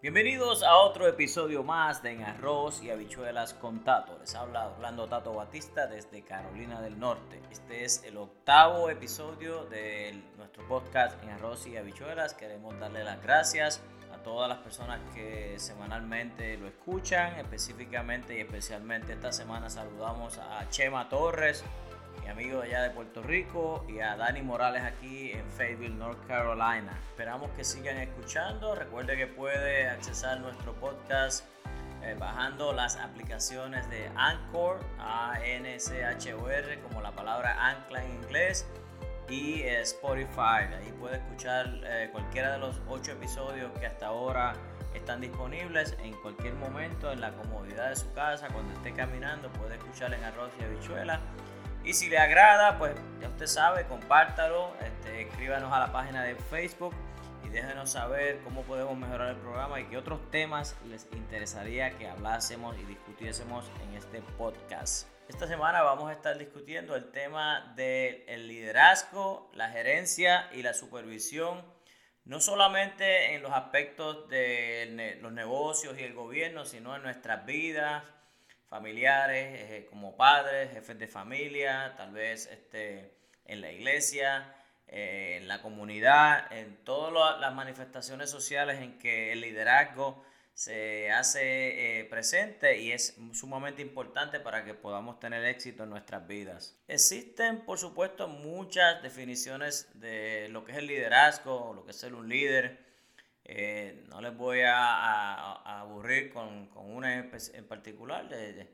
Bienvenidos a otro episodio más de En Arroz y Habichuelas con Tato. Les habla Orlando Tato Batista desde Carolina del Norte. Este es el octavo episodio de nuestro podcast En Arroz y Habichuelas. Queremos darle las gracias a todas las personas que semanalmente lo escuchan. Específicamente y especialmente esta semana saludamos a Chema Torres, mi amigo de allá de Puerto Rico, y a Dani Morales aquí en Fayetteville, North Carolina. Esperamos que sigan escuchando. Recuerde que puede accesar nuestro podcast bajando las aplicaciones de Anchor, A-N-C-H-O-R, como la palabra ancla en inglés, y Spotify. Ahí puede escuchar cualquiera de los 8 episodios que hasta ahora están disponibles en cualquier momento, en la comodidad de su casa, cuando esté caminando, puede escuchar En Arroz y Habichuelas. Y si le agrada, pues ya usted sabe, compártalo, escríbanos a la página de Facebook y déjenos saber cómo podemos mejorar el programa y qué otros temas les interesaría que hablásemos y discutiésemos en este podcast. Esta semana vamos a estar discutiendo el tema del liderazgo, la gerencia y la supervisión, no solamente en los aspectos de los negocios y el gobierno, sino en nuestras vidas familiares, como padres, jefes de familia, tal vez en la iglesia, en la comunidad, en todas las manifestaciones sociales en que el liderazgo se hace presente y es sumamente importante para que podamos tener éxito en nuestras vidas. Existen, por supuesto, muchas definiciones de lo que es el liderazgo, lo que es ser un líder. No les voy a aburrir con una en particular.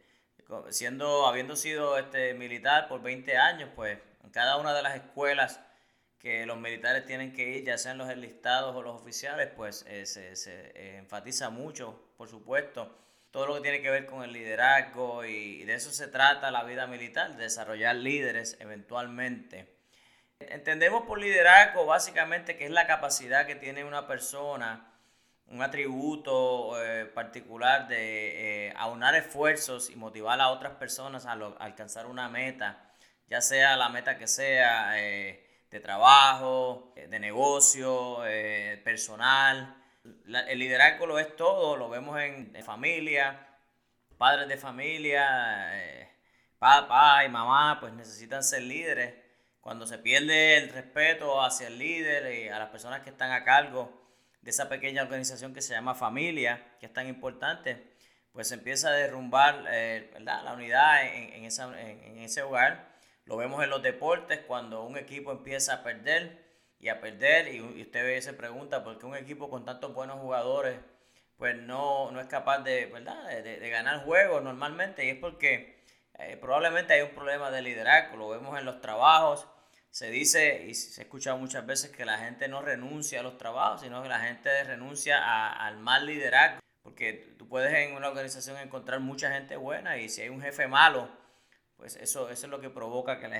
Habiendo sido militar por 20 años, pues en cada una de las escuelas que los militares tienen que ir, ya sean los enlistados o los oficiales, pues se enfatiza mucho, por supuesto, todo lo que tiene que ver con el liderazgo, y de eso se trata la vida militar, de desarrollar líderes eventualmente. Entendemos por liderazgo básicamente que es la capacidad que tiene una persona, un atributo particular de aunar esfuerzos y motivar a otras personas a alcanzar una meta, ya sea la meta que sea, de trabajo, de negocio, personal. El liderazgo lo es todo, lo vemos en familia, padres de familia, papá y mamá, pues necesitan ser líderes. Cuando se pierde el respeto hacia el líder y a las personas que están a cargo de esa pequeña organización que se llama familia, que es tan importante, pues se empieza a derrumbar ¿verdad? La unidad en ese hogar. Lo vemos en los deportes, cuando un equipo empieza a perder y a perder, y usted se pregunta por qué un equipo con tantos buenos jugadores pues no es capaz de, ¿verdad? de ganar juegos normalmente, y es porque probablemente hay un problema de liderazgo. Lo vemos en los trabajos. Se dice y se escucha muchas veces que la gente no renuncia a los trabajos, sino que la gente renuncia al mal liderazgo. Porque tú puedes en una organización encontrar mucha gente buena, y si hay un jefe malo, pues eso es lo que provoca que la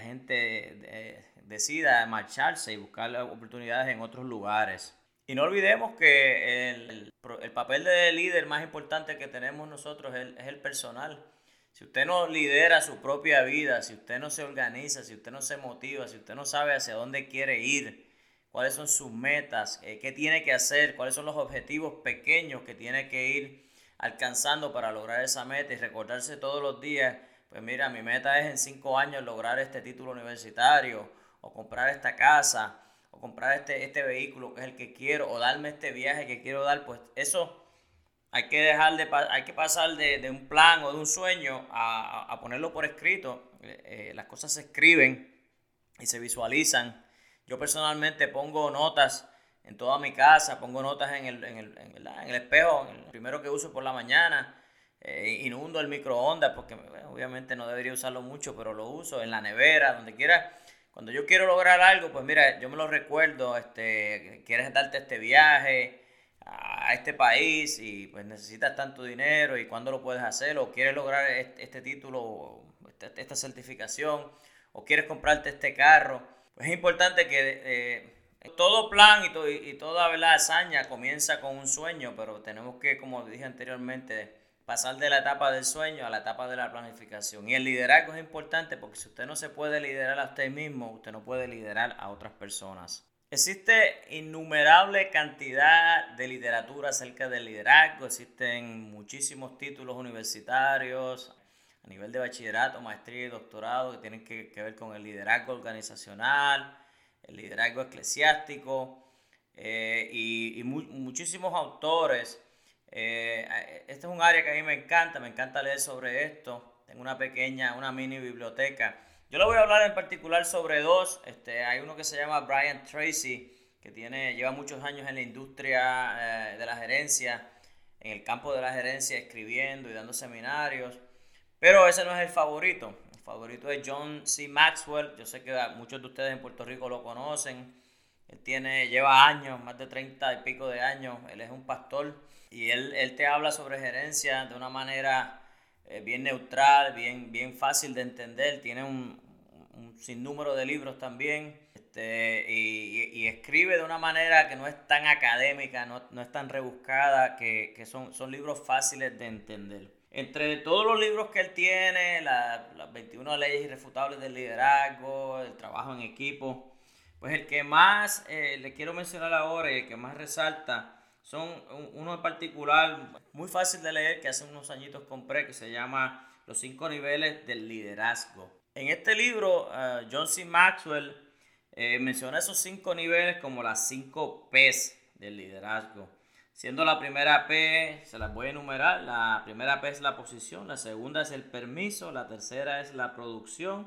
gente decida marcharse y buscar oportunidades en otros lugares. Y no olvidemos que el papel de líder más importante que tenemos nosotros es el personal. Si usted no lidera su propia vida, si usted no se organiza, si usted no se motiva, si usted no sabe hacia dónde quiere ir, cuáles son sus metas, qué tiene que hacer, cuáles son los objetivos pequeños que tiene que ir alcanzando para lograr esa meta, y recordarse todos los días, pues mira, mi meta es en 5 años lograr este título universitario, o comprar esta casa, o comprar este vehículo que es el que quiero, o darme este viaje que quiero dar. Pues eso hay que pasar de un plan o de un sueño a ponerlo por escrito. Las cosas se escriben y se visualizan. Yo personalmente pongo notas en toda mi casa, pongo notas en el espejo, en el primero que uso por la mañana. Inundo el microondas porque obviamente no debería usarlo mucho, pero lo uso en la nevera, donde quiera. Cuando yo quiero lograr algo, pues mira, yo me lo recuerdo. Quieres darte este viaje a este país y pues necesitas tanto dinero, y cuándo lo puedes hacer, o quieres lograr este título, esta certificación, o quieres comprarte este carro. Pues es importante que todo plan y toda, ¿verdad?, hazaña comienza con un sueño, pero tenemos que, como dije anteriormente, pasar de la etapa del sueño a la etapa de la planificación. Y el liderazgo es importante porque si usted no se puede liderar a usted mismo, usted no puede liderar a otras personas. Existe innumerable cantidad de literatura acerca del liderazgo, existen muchísimos títulos universitarios a nivel de bachillerato, maestría y doctorado que tienen que ver con el liderazgo organizacional, el liderazgo eclesiástico y muchísimos autores. Este es un área que a mí me encanta leer sobre esto. Tengo una mini biblioteca. Yo le voy a hablar en particular sobre dos. Hay uno que se llama Brian Tracy, que lleva muchos años en la industria de la gerencia, en el campo de la gerencia, escribiendo y dando seminarios. Pero ese no es el favorito. El favorito es John C. Maxwell. Yo sé que muchos de ustedes en Puerto Rico lo conocen. Lleva años, más de 30 y pico de años. Él es un pastor y él te habla sobre gerencia de una manera bien neutral, bien fácil de entender. Tiene un sinnúmero de libros también. Y escribe de una manera que no es tan académica, no es tan rebuscada, que son libros fáciles de entender. Entre todos los libros que él tiene, las 21 leyes irrefutables del liderazgo, el trabajo en equipo, pues el que más le quiero mencionar ahora y el que más resalta son uno en particular muy fácil de leer que hace unos añitos compré, que se llama Los 5 niveles del liderazgo. En este libro, John C. Maxwell menciona esos 5 niveles como las 5 P's del liderazgo. Siendo la primera P, se las voy a enumerar. La primera P es la posición, la segunda es el permiso, la tercera es la producción,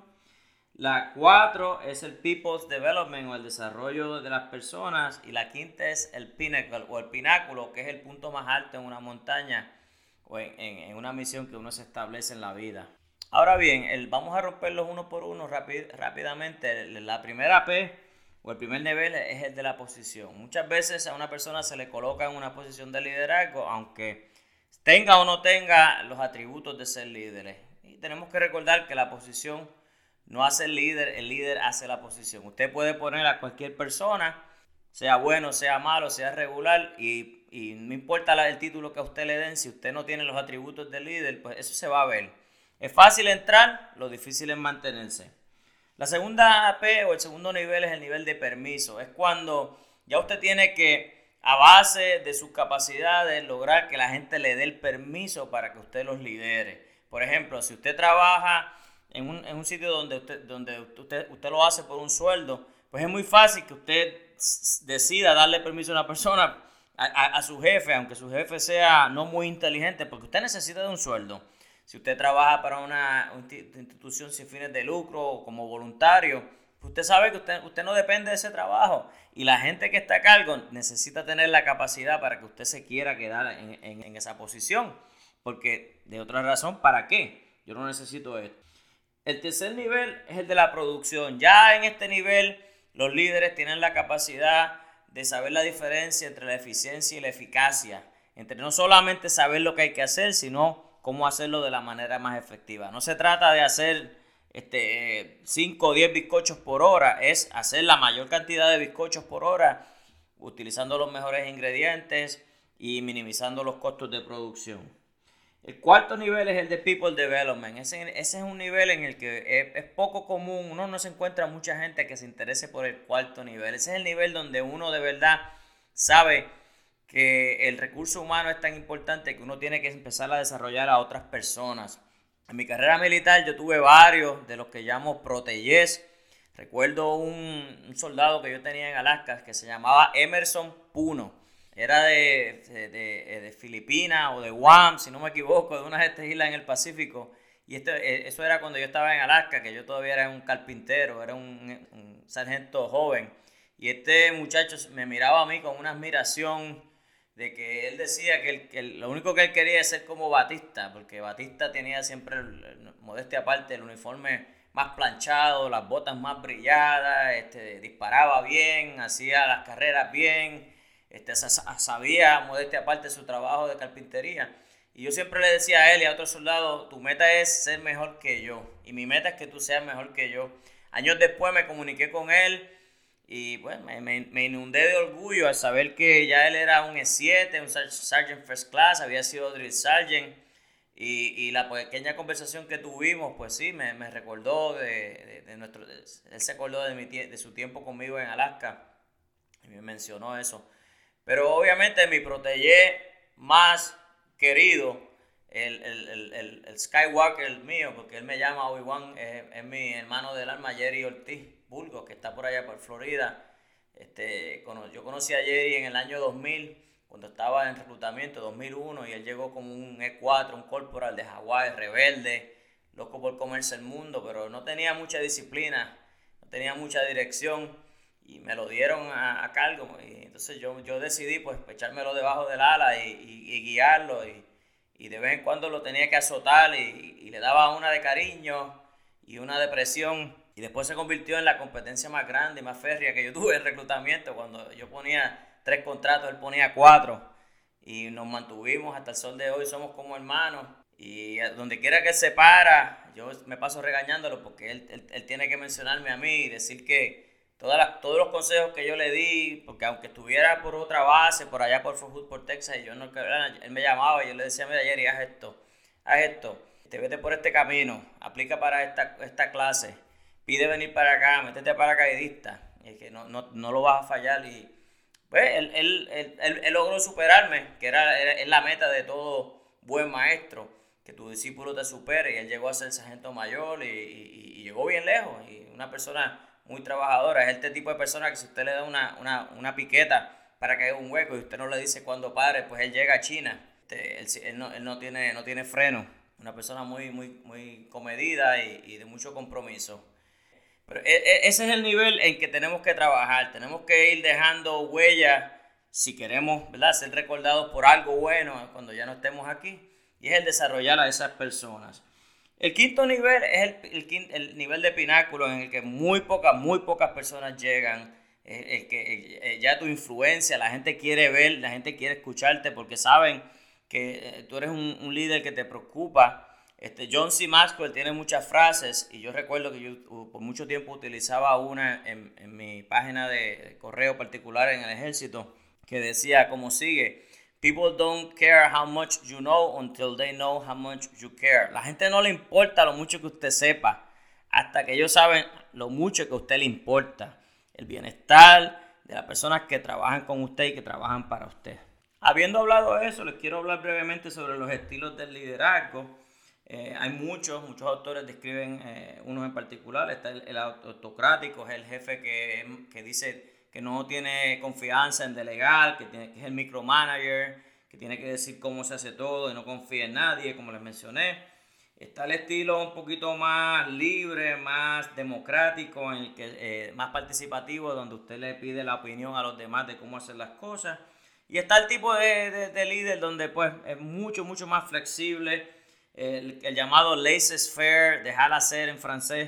la 4 es el People's Development o el desarrollo de las personas, y la quinta es el Pinnacle o el pináculo, que es el punto más alto en una montaña o en una misión que uno se establece en la vida. Ahora bien, vamos a romperlos uno por uno rápidamente. La primera P o el primer nivel es el de la posición. Muchas veces a una persona se le coloca en una posición de liderazgo, aunque tenga o no tenga los atributos de ser líderes. Y tenemos que recordar que la posición no hace el líder hace la posición. Usted puede poner a cualquier persona, sea bueno, sea malo, sea regular, y no importa el título que a usted le den, si usted no tiene los atributos del líder, pues eso se va a ver. Es fácil entrar, lo difícil es mantenerse. La segunda P o el segundo nivel es el nivel de permiso. Es cuando ya usted tiene que, a base de sus capacidades, lograr que la gente le dé el permiso para que usted los lidere. Por ejemplo, si usted trabaja en un sitio donde usted lo hace por un sueldo, pues es muy fácil que usted decida darle permiso a una persona, a su jefe, aunque su jefe sea no muy inteligente, porque usted necesita de un sueldo. Si usted trabaja para una institución sin fines de lucro o como voluntario, usted sabe que usted no depende de ese trabajo, y la gente que está a cargo necesita tener la capacidad para que usted se quiera quedar en esa posición, porque de otra razón, ¿para qué? Yo no necesito esto. El tercer nivel es el de la producción. Ya en este nivel los líderes tienen la capacidad de saber la diferencia entre la eficiencia y la eficacia, entre no solamente saber lo que hay que hacer, sino cómo hacerlo de la manera más efectiva. No se trata de hacer 5 o 10 bizcochos por hora, es hacer la mayor cantidad de bizcochos por hora utilizando los mejores ingredientes y minimizando los costos de producción. El cuarto nivel es el de People Development. Ese es un nivel en el que es poco común, uno no se encuentra mucha gente que se interese por el cuarto nivel. Ese es el nivel donde uno de verdad sabe que el recurso humano es tan importante que uno tiene que empezar a desarrollar a otras personas. En mi carrera militar yo tuve varios de los que llamo protégés. Recuerdo un soldado que yo tenía en Alaska que se llamaba Emerson Puno. Era de Filipinas o de Guam, si no me equivoco, de una de estas islas en el Pacífico. Y eso era cuando yo estaba en Alaska, que yo todavía era un carpintero, era un sargento joven. Y este muchacho me miraba a mí con una admiración de que él decía que lo único que él quería es ser como Batista, porque Batista tenía siempre, modestia aparte, el uniforme más planchado, las botas más brilladas, disparaba bien, hacía las carreras bien, sabía, modestia aparte, su trabajo de carpintería. Y yo siempre le decía a él y a otros soldados, tu meta es ser mejor que yo, y mi meta es que tú seas mejor que yo. Años después me comuniqué con él y bueno, me inundé de orgullo al saber que ya él era un E7, un Sergeant First Class, había sido Drill Sergeant. Y la pequeña conversación que tuvimos, pues sí, me recordó él se acordó de su tiempo conmigo en Alaska. Y me mencionó eso. Pero obviamente mi protégé más querido, el Skywalker el mío, porque él me llama Obi-Wan, es mi hermano del alma, Jerry Ortiz Burgos, que está por allá por Florida. Yo conocí a Jerry en el año 2000, cuando estaba en reclutamiento, 2001, y él llegó como un E4, un corporal de Hawái, rebelde, loco por comerse el mundo, pero no tenía mucha disciplina, no tenía mucha dirección, y me lo dieron a cargo. Y entonces yo decidí pues echármelo debajo del ala y guiarlo, y de vez en cuando lo tenía que azotar, y le daba una de cariño y una de presión. Y después se convirtió en la competencia más grande y más férrea que yo tuve en reclutamiento. Cuando yo ponía 3 contratos, él ponía 4. Y nos mantuvimos hasta el sol de hoy, somos como hermanos. Y donde quiera que él se para, yo me paso regañándolo, porque él tiene que mencionarme a mí y decir que todos los consejos que yo le di, porque aunque estuviera por otra base, por allá por Texas, y yo no, él me llamaba y yo le decía: mira, Jerry, haz esto, te vete por este camino, aplica para esta clase, pide venir para acá, métete paracaidista, y es que no lo vas a fallar. Y pues él logró superarme, que es la meta de todo buen maestro, que tu discípulo te supere, y él llegó a ser sargento mayor, y llegó bien lejos, y una persona muy trabajadora. Es este tipo de persona que si usted le da una piqueta para que haga un hueco y usted no le dice cuándo pare, pues él llega a China. Él no tiene freno. Una persona muy comedida y de mucho compromiso. Pero ese es el nivel en que tenemos que trabajar. Tenemos que ir dejando huellas si queremos, ¿verdad?, ser recordados por algo bueno cuando ya no estemos aquí. Y es el desarrollar a esas personas. El quinto nivel es el nivel de pináculo, en el que muy pocas personas llegan. Ya tu influencia, la gente quiere ver, la gente quiere escucharte, porque saben que tú eres un líder que te preocupa. John C. Maxwell tiene muchas frases, y yo recuerdo que yo por mucho tiempo utilizaba una en mi página de correo particular en el ejército, que decía como sigue: People don't care how much you know until they know how much you care. La gente no le importa lo mucho que usted sepa, hasta que ellos saben lo mucho que a usted le importa. El bienestar de las personas que trabajan con usted y que trabajan para usted. Habiendo hablado de eso, les quiero hablar brevemente sobre los estilos del liderazgo. Hay muchos autores describen unos en particular. Está el autocrático, es el jefe que dice que no tiene confianza en delegar, que es el micromanager, que tiene que decir cómo se hace todo y no confía en nadie, como les mencioné. Está el estilo un poquito más libre, más democrático, en el que, más participativo, donde usted le pide la opinión a los demás de cómo hacer las cosas. Y está el tipo de líder donde pues es mucho más flexible, el llamado laissez-faire, dejar hacer en francés,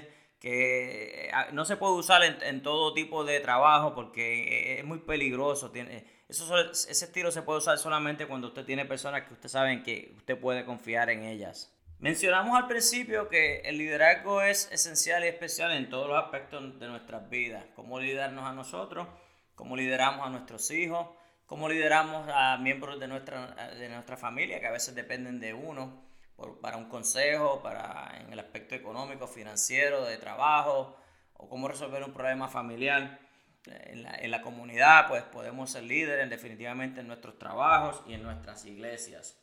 que no se puede usar en todo tipo de trabajo porque es muy peligroso. Ese estilo se puede usar solamente cuando usted tiene personas que usted sabe que usted puede confiar en ellas. Mencionamos al principio que el liderazgo es esencial y especial en todos los aspectos de nuestras vidas. Cómo liderarnos a nosotros, cómo lideramos a nuestros hijos, cómo lideramos a miembros de nuestra familia, que a veces dependen de uno, para un consejo, en el aspecto económico, financiero, de trabajo, o cómo resolver un problema familiar. En la comunidad, pues podemos ser líderes definitivamente en nuestros trabajos y en nuestras iglesias.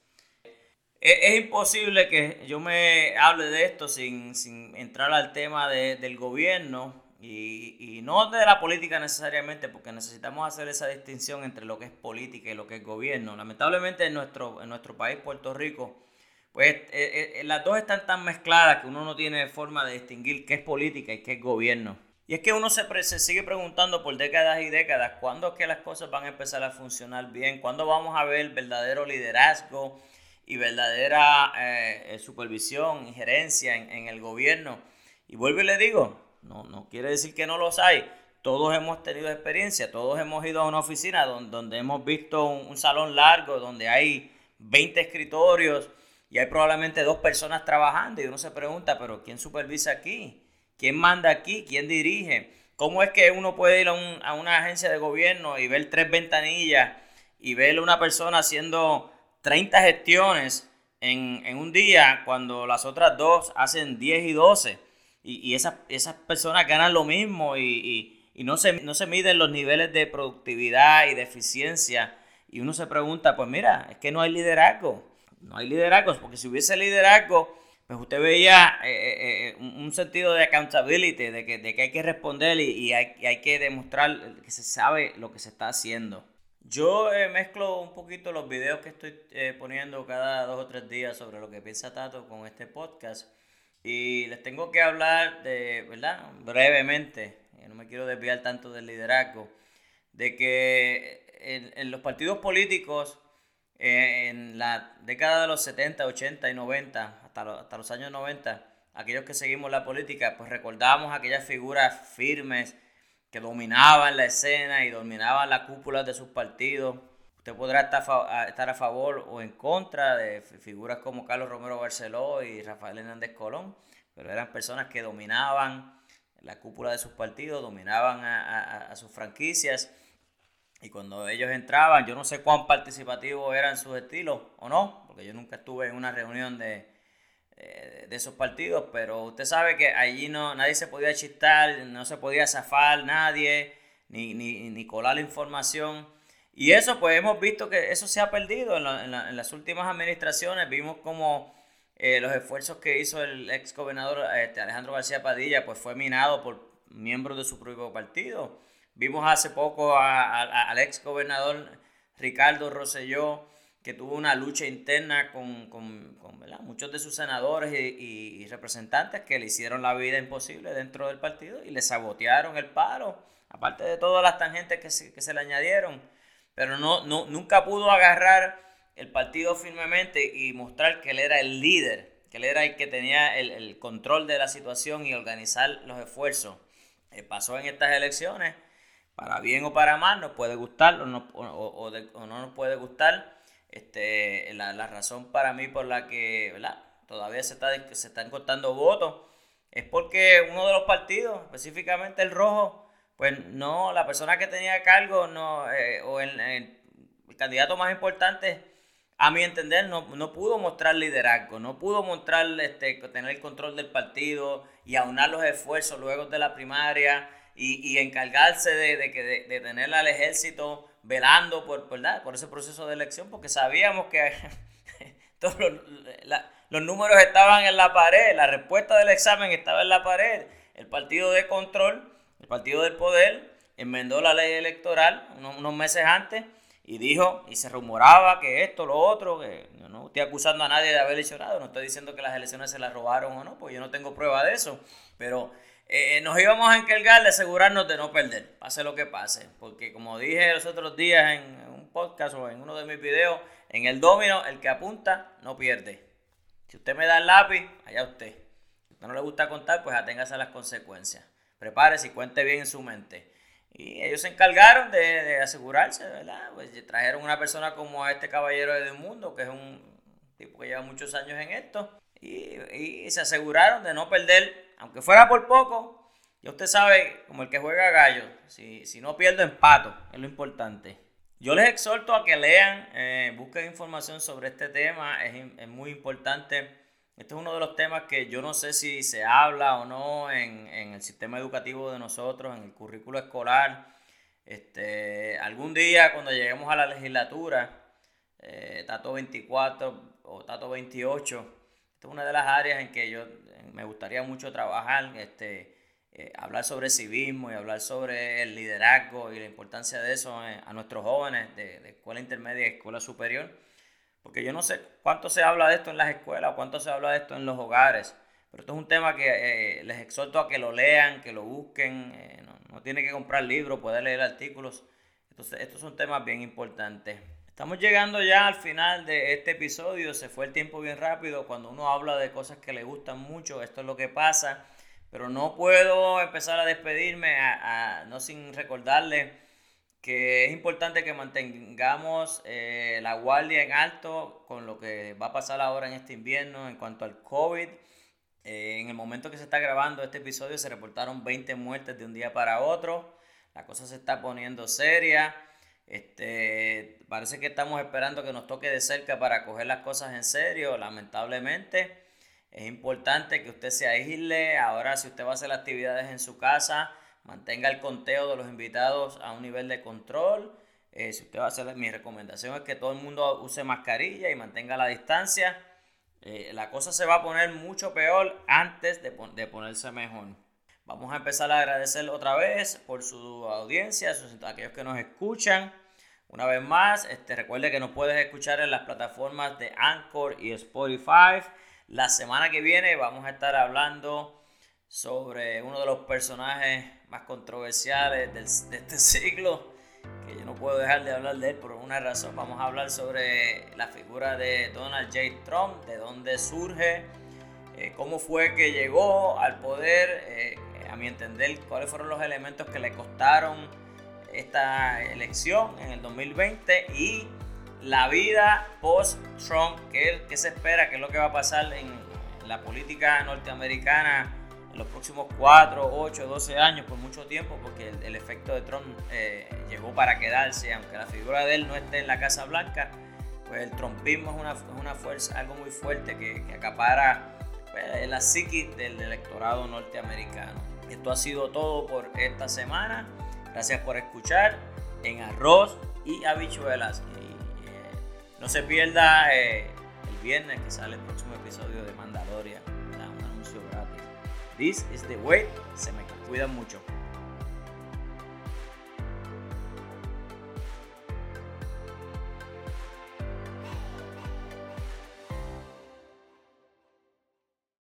Es imposible que yo me hable de esto sin entrar al tema del gobierno y no de la política necesariamente, porque necesitamos hacer esa distinción entre lo que es política y lo que es gobierno. Lamentablemente en nuestro país, Puerto Rico, pues las dos están tan mezcladas que uno no tiene forma de distinguir qué es política y qué es gobierno. Y es que uno se sigue preguntando por décadas y décadas cuándo es que las cosas van a empezar a funcionar bien, cuándo vamos a ver verdadero liderazgo y verdadera supervisión y gerencia en el gobierno. Y vuelvo y le digo, no quiere decir que no los hay. Todos hemos tenido experiencia, todos hemos ido a una oficina donde hemos visto un salón largo, donde hay 20 escritorios y hay probablemente 2 personas trabajando, y uno se pregunta, pero ¿quién supervisa aquí? ¿Quién manda aquí? ¿Quién dirige? ¿Cómo es que uno puede ir a una agencia de gobierno y ver 3 ventanillas y ver a una persona haciendo 30 gestiones en un día, cuando las otras 2 hacen 10 y 12? Y esas personas ganan lo mismo y y no se miden los niveles de productividad y de eficiencia. Y uno se pregunta, pues mira, es que no hay liderazgo. No hay liderazgo, porque si hubiese liderazgo, pues usted veía un sentido de accountability, de que hay que responder y hay que demostrar que se sabe lo que se está haciendo. Yo mezclo un poquito los videos que estoy poniendo cada 2 o 3 días sobre lo que piensa Tato con este podcast. Y les tengo que hablar de, ¿verdad? Brevemente, no me quiero desviar tanto del liderazgo, de que en los partidos políticos, en la década de los 70, 80 y 90, hasta los años 90, aquellos que seguimos la política, pues recordamos aquellas figuras firmes que dominaban la escena y dominaban la cúpula de sus partidos. Usted podrá estar a favor o en contra de figuras como Carlos Romero Barceló y Rafael Hernández Colón, pero eran personas que dominaban la cúpula de sus partidos, dominaban a sus franquicias. Y cuando ellos entraban, yo no sé cuán participativos eran sus estilos o no, porque yo nunca estuve en una reunión de esos partidos, pero usted sabe que allí nadie se podía chistar, no se podía zafar nadie, ni colar la información. Y eso, pues hemos visto que eso se ha perdido en las últimas administraciones. Vimos como los esfuerzos que hizo el ex gobernador Alejandro García Padilla, pues fue minado por miembros de su propio partido. Vimos hace poco al ex gobernador Ricardo Rosselló, que tuvo una lucha interna con muchos de sus senadores y representantes que le hicieron la vida imposible dentro del partido y le sabotearon el paro, aparte de todas las tangentes que se le añadieron. Pero nunca pudo agarrar el partido firmemente y mostrar que él era el líder, que él era el que tenía el control de la situación y organizar los esfuerzos. Pasó en estas elecciones, para bien o para mal, nos puede gustar o no nos puede gustar. La razón para mí por la que, ¿verdad?, todavía se están contando votos es porque uno de los partidos, específicamente el rojo, pues no, la persona que tenía a cargo o el candidato más importante, a mi entender, no pudo mostrar liderazgo, no pudo mostrar tener el control del partido y aunar los esfuerzos luego de la primaria y encargarse de tener al ejército velando por ese proceso de elección, porque sabíamos que todos los números estaban en la pared, la respuesta del examen estaba en la pared. El partido de control, el partido del poder, enmendó la ley electoral unos meses antes y dijo, y se rumoraba que esto, lo otro, que yo no estoy acusando a nadie de haber eleccionado, no estoy diciendo que las elecciones se las robaron o no, porque yo no tengo prueba de eso, pero nos íbamos a encargar de asegurarnos de no perder, pase lo que pase, porque como dije los otros días en un podcast o en uno de mis videos, en el domino, el que apunta no pierde. Si usted me da el lápiz, allá usted. Si a usted no le gusta contar, pues aténgase a las consecuencias. Prepárese y cuente bien en su mente. Y ellos se encargaron de asegurarse, ¿verdad? Pues trajeron una persona como a este caballero de Mundo, que es un tipo que lleva muchos años en esto, y se aseguraron de no perder, aunque fuera por poco. Ya usted sabe, como el que juega gallo, si no pierdo, empato, es lo importante. Yo les exhorto a que lean, busquen información sobre este tema, es muy importante. Este es uno de los temas que yo no sé si se habla o no en el sistema educativo de nosotros, en el currículo escolar. Algún día cuando lleguemos a la legislatura, Tato 24 o Tato 28, esta es una de las áreas en que yo me gustaría mucho trabajar, hablar sobre civismo y hablar sobre el liderazgo y la importancia de eso a nuestros jóvenes de escuela intermedia y escuela superior. Porque yo no sé cuánto se habla de esto en las escuelas o cuánto se habla de esto en los hogares, pero esto es un tema que les exhorto a que lo lean, que lo busquen, no tiene que comprar libros, puede leer artículos. Entonces, estos son temas bien importantes. Estamos llegando ya al final de este episodio, se fue el tiempo bien rápido, cuando uno habla de cosas que le gustan mucho, esto es lo que pasa, pero no puedo empezar a despedirme no sin recordarle que es importante que mantengamos la guardia en alto con lo que va a pasar ahora en este invierno en cuanto al COVID. En el momento que se está grabando este episodio se reportaron 20 muertes de un día para otro. La cosa se está poniendo seria. Parece que estamos esperando que nos toque de cerca para coger las cosas en serio, lamentablemente. Es importante que usted se aísle. Ahora, si usted va a hacer actividades en su casa, mantenga el conteo de los invitados a un nivel de control. Si usted va a hacer, mi recomendación es que todo el mundo use mascarilla y mantenga la distancia. La cosa se va a poner mucho peor antes de ponerse mejor. Vamos a empezar a agradecer otra vez por su audiencia, a aquellos que nos escuchan. Una vez más, recuerde que nos puedes escuchar en las plataformas de Anchor y Spotify. La semana que viene vamos a estar hablando sobre uno de los personajes más controversiales de este siglo, que yo no puedo dejar de hablar de él por una razón. Vamos a hablar sobre la figura de Donald J. Trump, de dónde surge, cómo fue que llegó al poder, a mi entender, cuáles fueron los elementos que le costaron esta elección en el 2020 y la vida post-Trump, que se espera, que es lo que va a pasar en la política norteamericana en los próximos 4, 8, 12 años, por mucho tiempo, porque el efecto de Trump llegó para quedarse. Aunque la figura de él no esté en la Casa Blanca, pues el trumpismo es una fuerza, algo muy fuerte que acapara la psiquis del electorado norteamericano. Esto ha sido todo por esta semana. Gracias por escuchar en Arroz y Habichuelas. No se pierda el viernes que sale el próximo episodio de Mandalorian. Un anuncio gratis. This is the way. Se me cuidan mucho.